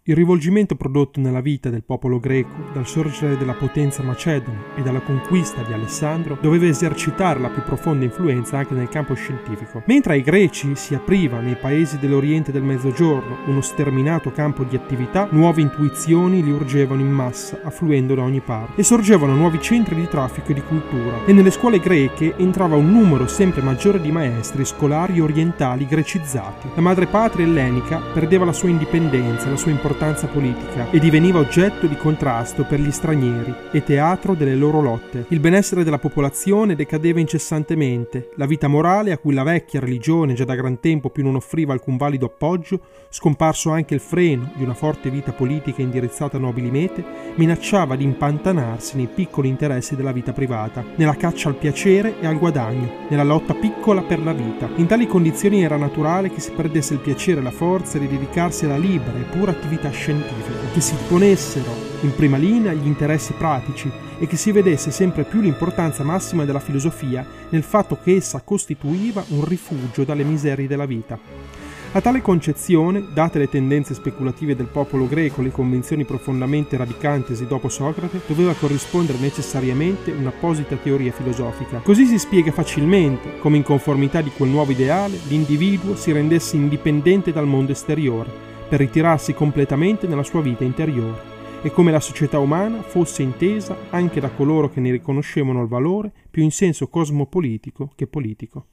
Il rivolgimento prodotto nella vita del popolo greco dal sorgere della potenza macedone e dalla conquista di Alessandro doveva esercitare la più profonda influenza anche nel campo scientifico. Mentre ai greci si apriva nei paesi dell'Oriente del Mezzogiorno uno sterminato campo di attività, nuove intuizioni li urgevano in massa, affluendo da ogni parte, e sorgevano nuovi centri di traffico e di cultura. E nelle scuole greche entrava un numero sempre maggiore di maestri scolari orientali grecizzati. La madrepatria ellenica perdeva la sua indipendenza, la sua importanza politica e diveniva oggetto di contrasto per gli stranieri e teatro delle loro lotte. Il benessere della popolazione decadeva incessantemente, la vita morale a cui la vecchia religione già da gran tempo più non offriva alcun valido appoggio, scomparso anche il freno di una forte vita politica indirizzata a nobili mete, minacciava di impantanarsi nei piccoli interessi della vita privata, nella caccia al piacere e al guadagno, nella lotta piccola per la vita. In tali condizioni era naturale che si perdesse il piacere e la forza di dedicarsi alla libera e pura attività scientifica, che si ponessero in prima linea gli interessi pratici e che si vedesse sempre più l'importanza massima della filosofia nel fatto che essa costituiva un rifugio dalle miserie della vita. A tale concezione, date le tendenze speculative del popolo greco e le convinzioni profondamente radicantesi dopo Socrate, doveva corrispondere necessariamente un'apposita teoria filosofica. Così si spiega facilmente come in conformità di quel nuovo ideale l'individuo si rendesse indipendente dal mondo esteriore, per ritirarsi completamente nella sua vita interiore, e come la società umana fosse intesa anche da coloro che ne riconoscevano il valore più in senso cosmopolitico che politico.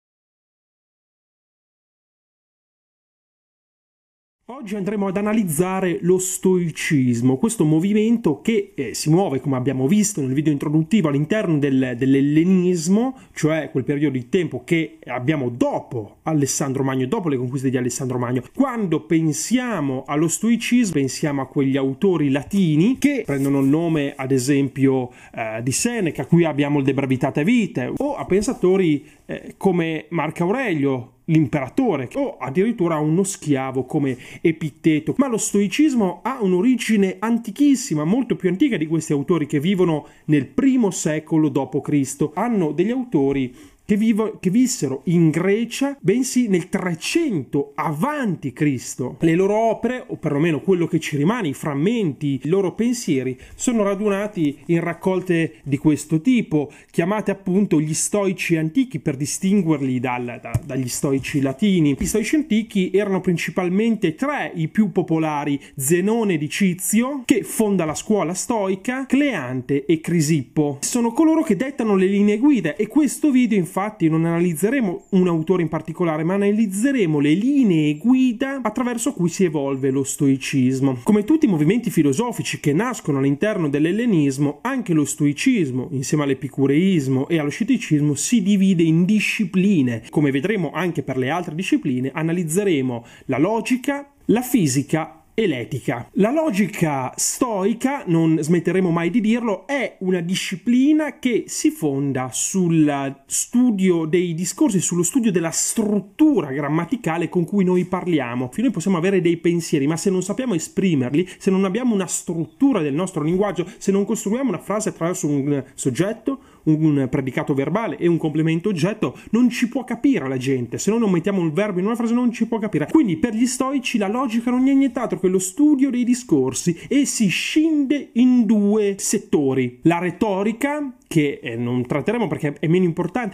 Oggi andremo ad analizzare lo stoicismo, questo movimento che si muove, come abbiamo visto nel video introduttivo, all'interno dell'ellenismo, cioè quel periodo di tempo che abbiamo dopo Alessandro Magno, dopo le conquiste di Alessandro Magno. Quando pensiamo allo stoicismo, pensiamo a quegli autori latini che prendono il nome, ad esempio, di Seneca, qui abbiamo il De Brevitate Vitae, o a pensatori come Marco Aurelio, l'imperatore, o addirittura uno schiavo come Epitteto. Ma lo stoicismo ha un'origine antichissima, molto più antica di questi autori che vivono nel primo secolo d.C. Hanno degli autori che vissero in Grecia, bensì nel 300 avanti Cristo. Le loro opere, o perlomeno quello che ci rimane, i frammenti, i loro pensieri, sono radunati in raccolte di questo tipo, chiamate appunto gli stoici antichi per distinguerli dagli stoici latini. Gli stoici antichi erano principalmente tre i più popolari: Zenone di Cizio, che fonda la scuola stoica, Cleante e Crisippo. Sono coloro che dettano le linee guida, e questo video infatti non analizzeremo un autore in particolare, ma analizzeremo le linee guida attraverso cui si evolve lo stoicismo. Come tutti i movimenti filosofici che nascono all'interno dell'ellenismo, anche lo stoicismo, insieme all'epicureismo e allo scetticismo, si divide in discipline. Come vedremo anche per le altre discipline, analizzeremo la logica, la fisica e l'etica. La logica stoica, non smetteremo mai di dirlo, è una disciplina che si fonda sul studio dei discorsi, sullo studio della struttura grammaticale con cui noi parliamo. Noi possiamo avere dei pensieri, ma se non sappiamo esprimerli, se non abbiamo una struttura del nostro linguaggio, se non costruiamo una frase attraverso un soggetto, un predicato verbale e un complemento oggetto, non ci può capire la gente. Se noi non mettiamo un verbo in una frase, non ci può capire. Quindi per gli stoici la logica non è nient'altro che lo studio dei discorsi, e si scinde in due settori: la retorica, che non tratteremo perché è meno importante,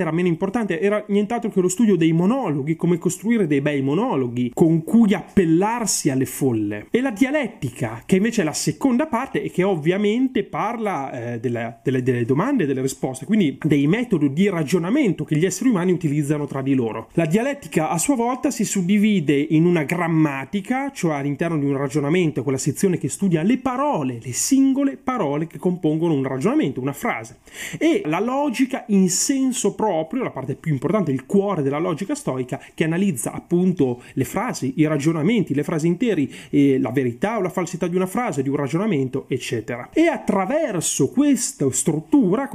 era nient'altro che lo studio dei monologhi, come costruire dei bei monologhi con cui appellarsi alle folle, e la dialettica, che invece è la seconda parte e che ovviamente parla delle domande e delle risposte, quindi dei metodi di ragionamento che gli esseri umani utilizzano tra di loro. La dialettica a sua volta si suddivide in una grammatica, cioè all'interno di un ragionamento, quella sezione che studia le parole, le singole parole che compongono un ragionamento, una frase, e la logica in senso proprio, la parte più importante, il cuore della logica stoica, che analizza appunto le frasi, i ragionamenti, le frasi interi, la verità o la falsità di una frase, di un ragionamento, eccetera. E attraverso questa struttura, come possiamo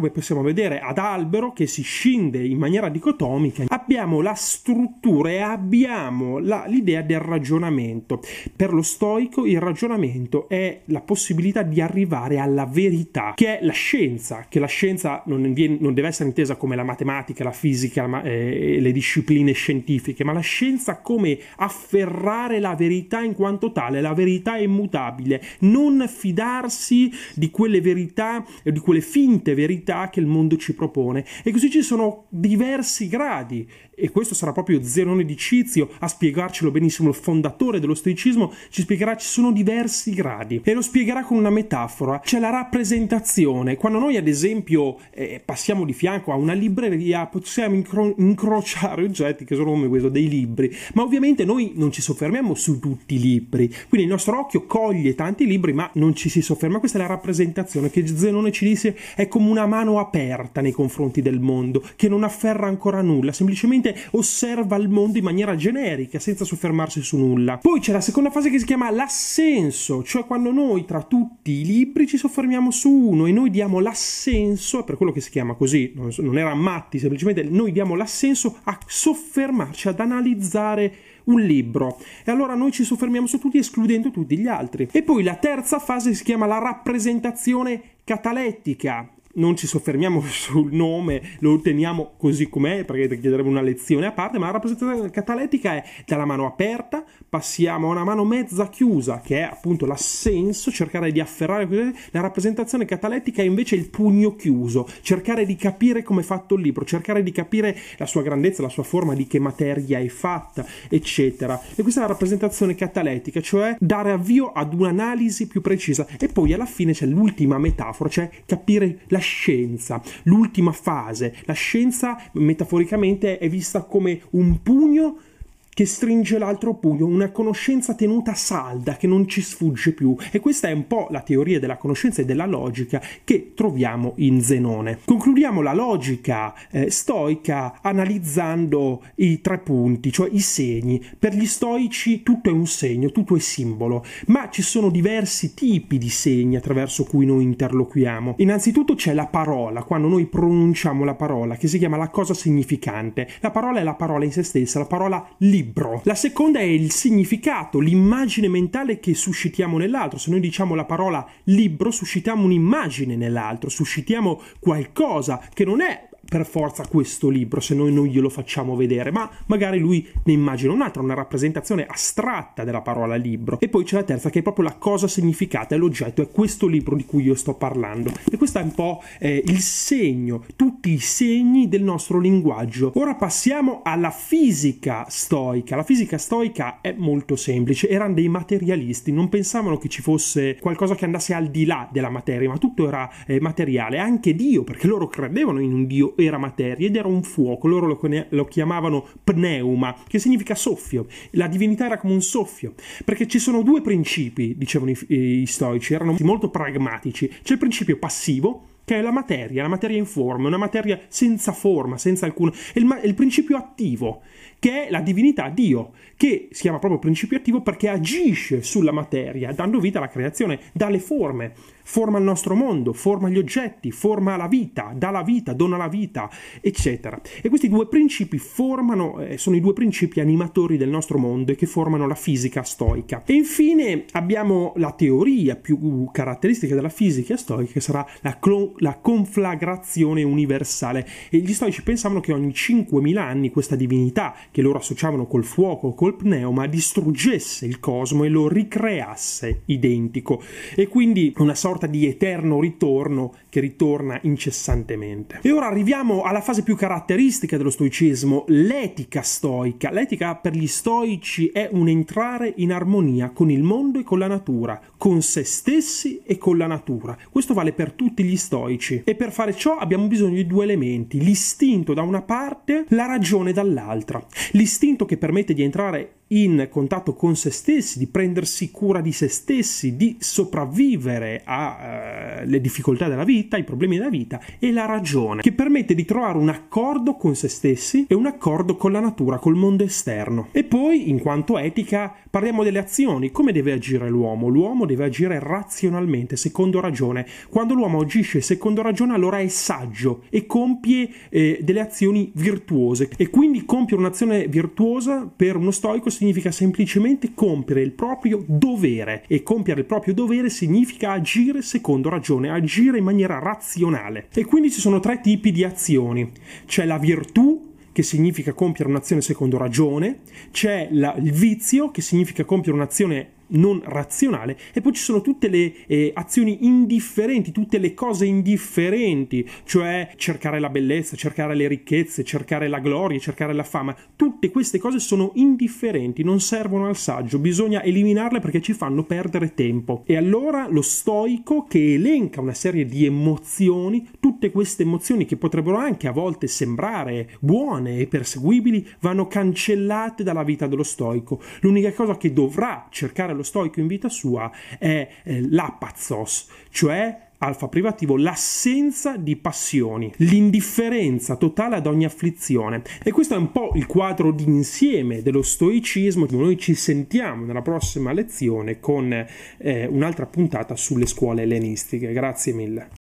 vedere ad albero che si scinde in maniera dicotomica, abbiamo la struttura e abbiamo l'idea del ragionamento. Per lo stoico il ragionamento è la possibilità di arrivare alla verità, che è la scienza, che la scienza non deve essere intesa come la matematica, la fisica e le discipline scientifiche, ma la scienza come afferrare la verità in quanto tale. La verità è immutabile, non fidarsi di quelle verità e di quelle finte verità che il mondo ci propone. E così ci sono diversi gradi, e questo sarà proprio Zenone di Cizio a spiegarcelo benissimo. Il fondatore dello stoicismo ci spiegherà: ci sono diversi gradi, e lo spiegherà con una metafora. C'è la rappresentazione. Quando noi ad esempio passiamo di fianco a una libreria, possiamo incrociare oggetti che sono come questo, dei libri, ma ovviamente noi non ci soffermiamo su tutti i libri, quindi il nostro occhio coglie tanti libri ma non ci si sofferma. Questa è la rappresentazione che Zenone ci dice è come una mano aperta nei confronti del mondo, che non afferra ancora nulla, semplicemente osserva il mondo in maniera generica senza soffermarsi su nulla. Poi c'è la seconda fase che si chiama l'assenso, cioè quando noi tra tutti i libri ci soffermiamo su uno e noi diamo l'assenso, è per quello che si chiama così, non era matti, semplicemente noi diamo l'assenso a soffermarci, ad analizzare un libro, e allora noi ci soffermiamo su tutti escludendo tutti gli altri. E poi la terza fase si chiama la rappresentazione catalettica. Non ci soffermiamo sul nome, lo teniamo così com'è perché chiederebbe una lezione a parte, ma la rappresentazione catalettica è dalla mano aperta passiamo a una mano mezza chiusa, che è appunto l'assenso, cercare di afferrare. La rappresentazione catalettica è invece il pugno chiuso, cercare di capire come è fatto il libro, cercare di capire la sua grandezza, la sua forma, di che materia è fatta, eccetera. E questa è la rappresentazione catalettica, cioè dare avvio ad un'analisi più precisa. E poi alla fine c'è l'ultima metafora, cioè capire la scienza, l'ultima fase. La scienza metaforicamente è vista come un pugno che stringe l'altro pugno, una conoscenza tenuta salda che non ci sfugge più. E questa è un po' la teoria della conoscenza e della logica che troviamo in Zenone. Concludiamo la logica stoica analizzando i 3 punti, cioè i segni. Per gli stoici tutto è un segno, tutto è simbolo, ma ci sono diversi tipi di segni attraverso cui noi interloquiamo. Innanzitutto c'è la parola, quando noi pronunciamo la parola, che si chiama la cosa significante. La parola è la parola in se stessa, la parola libro. La seconda è il significato, l'immagine mentale che suscitiamo nell'altro. Se noi diciamo la parola libro, suscitiamo un'immagine nell'altro, suscitiamo qualcosa che non è per forza questo libro se noi non glielo facciamo vedere, ma magari lui ne immagina un'altra, una rappresentazione astratta della parola libro. E poi c'è la terza, che è proprio la cosa significata, è l'oggetto, è questo libro di cui io sto parlando. E questo è un po' il segno, tutti i segni del nostro linguaggio. Ora passiamo alla fisica stoica. La fisica stoica è molto semplice, erano dei materialisti, non pensavano che ci fosse qualcosa che andasse al di là della materia, ma tutto era materiale, anche Dio, perché loro credevano in un Dio, era materia ed era un fuoco. Loro lo chiamavano pneuma, che significa soffio. La divinità era come un soffio, perché ci sono 2 principi, dicevano i stoici, erano molto pragmatici. C'è il principio passivo, che è la materia informe, una materia senza forma, senza alcun... E il principio attivo, che è la divinità, Dio, che si chiama proprio principio attivo perché agisce sulla materia, dando vita alla creazione, dà le forme, forma il nostro mondo, forma gli oggetti, forma la vita, dà la vita, dona la vita, eccetera. E questi 2 principi sono i 2 principi animatori del nostro mondo e che formano la fisica stoica. E infine abbiamo la teoria più caratteristica della fisica stoica, che sarà la conflagrazione universale. E gli stoici pensavano che ogni 5.000 anni questa divinità, che loro associavano col fuoco, col pneuma, distruggesse il cosmo e lo ricreasse identico. E quindi una sorta di eterno ritorno che ritorna incessantemente. E ora arriviamo alla fase più caratteristica dello stoicismo, l'etica stoica. L'etica per gli stoici è un entrare in armonia con il mondo e con la natura, con se stessi e con la natura. Questo vale per tutti gli stoici. E per fare ciò abbiamo bisogno di 2 elementi: l'istinto da una parte, la ragione dall'altra. L'istinto che permette di entrare in contatto con se stessi, di prendersi cura di se stessi, di sopravvivere alle difficoltà della vita, ai problemi della vita, e la ragione, che permette di trovare un accordo con se stessi e un accordo con la natura, col mondo esterno. E poi, in quanto etica, parliamo delle azioni. Come deve agire l'uomo? L'uomo deve agire razionalmente, secondo ragione. Quando l'uomo agisce secondo ragione, allora è saggio e compie delle azioni virtuose. E quindi compiere un'azione virtuosa per uno stoico significa semplicemente compiere il proprio dovere, e compiere il proprio dovere significa agire secondo ragione, agire in maniera razionale. E quindi ci sono 3 tipi di azioni. C'è la virtù, che significa compiere un'azione secondo ragione, c'è il vizio, che significa compiere un'azione non razionale, e poi ci sono tutte le azioni indifferenti, tutte le cose indifferenti, cioè cercare la bellezza, cercare le ricchezze, cercare la gloria, cercare la fama. Tutte queste cose sono indifferenti, non servono al saggio, bisogna eliminarle perché ci fanno perdere tempo. E allora lo stoico, che elenca una serie di emozioni, tutte queste emozioni che potrebbero anche a volte sembrare buone e perseguibili, vanno cancellate dalla vita dello stoico. L'unica cosa che dovrà cercare lo stoico in vita sua è l'apathos, cioè alfa privativo, l'assenza di passioni, l'indifferenza totale ad ogni afflizione. E questo è un po' il quadro d'insieme dello stoicismo. Noi ci sentiamo nella prossima lezione con un'altra puntata sulle scuole ellenistiche. Grazie mille.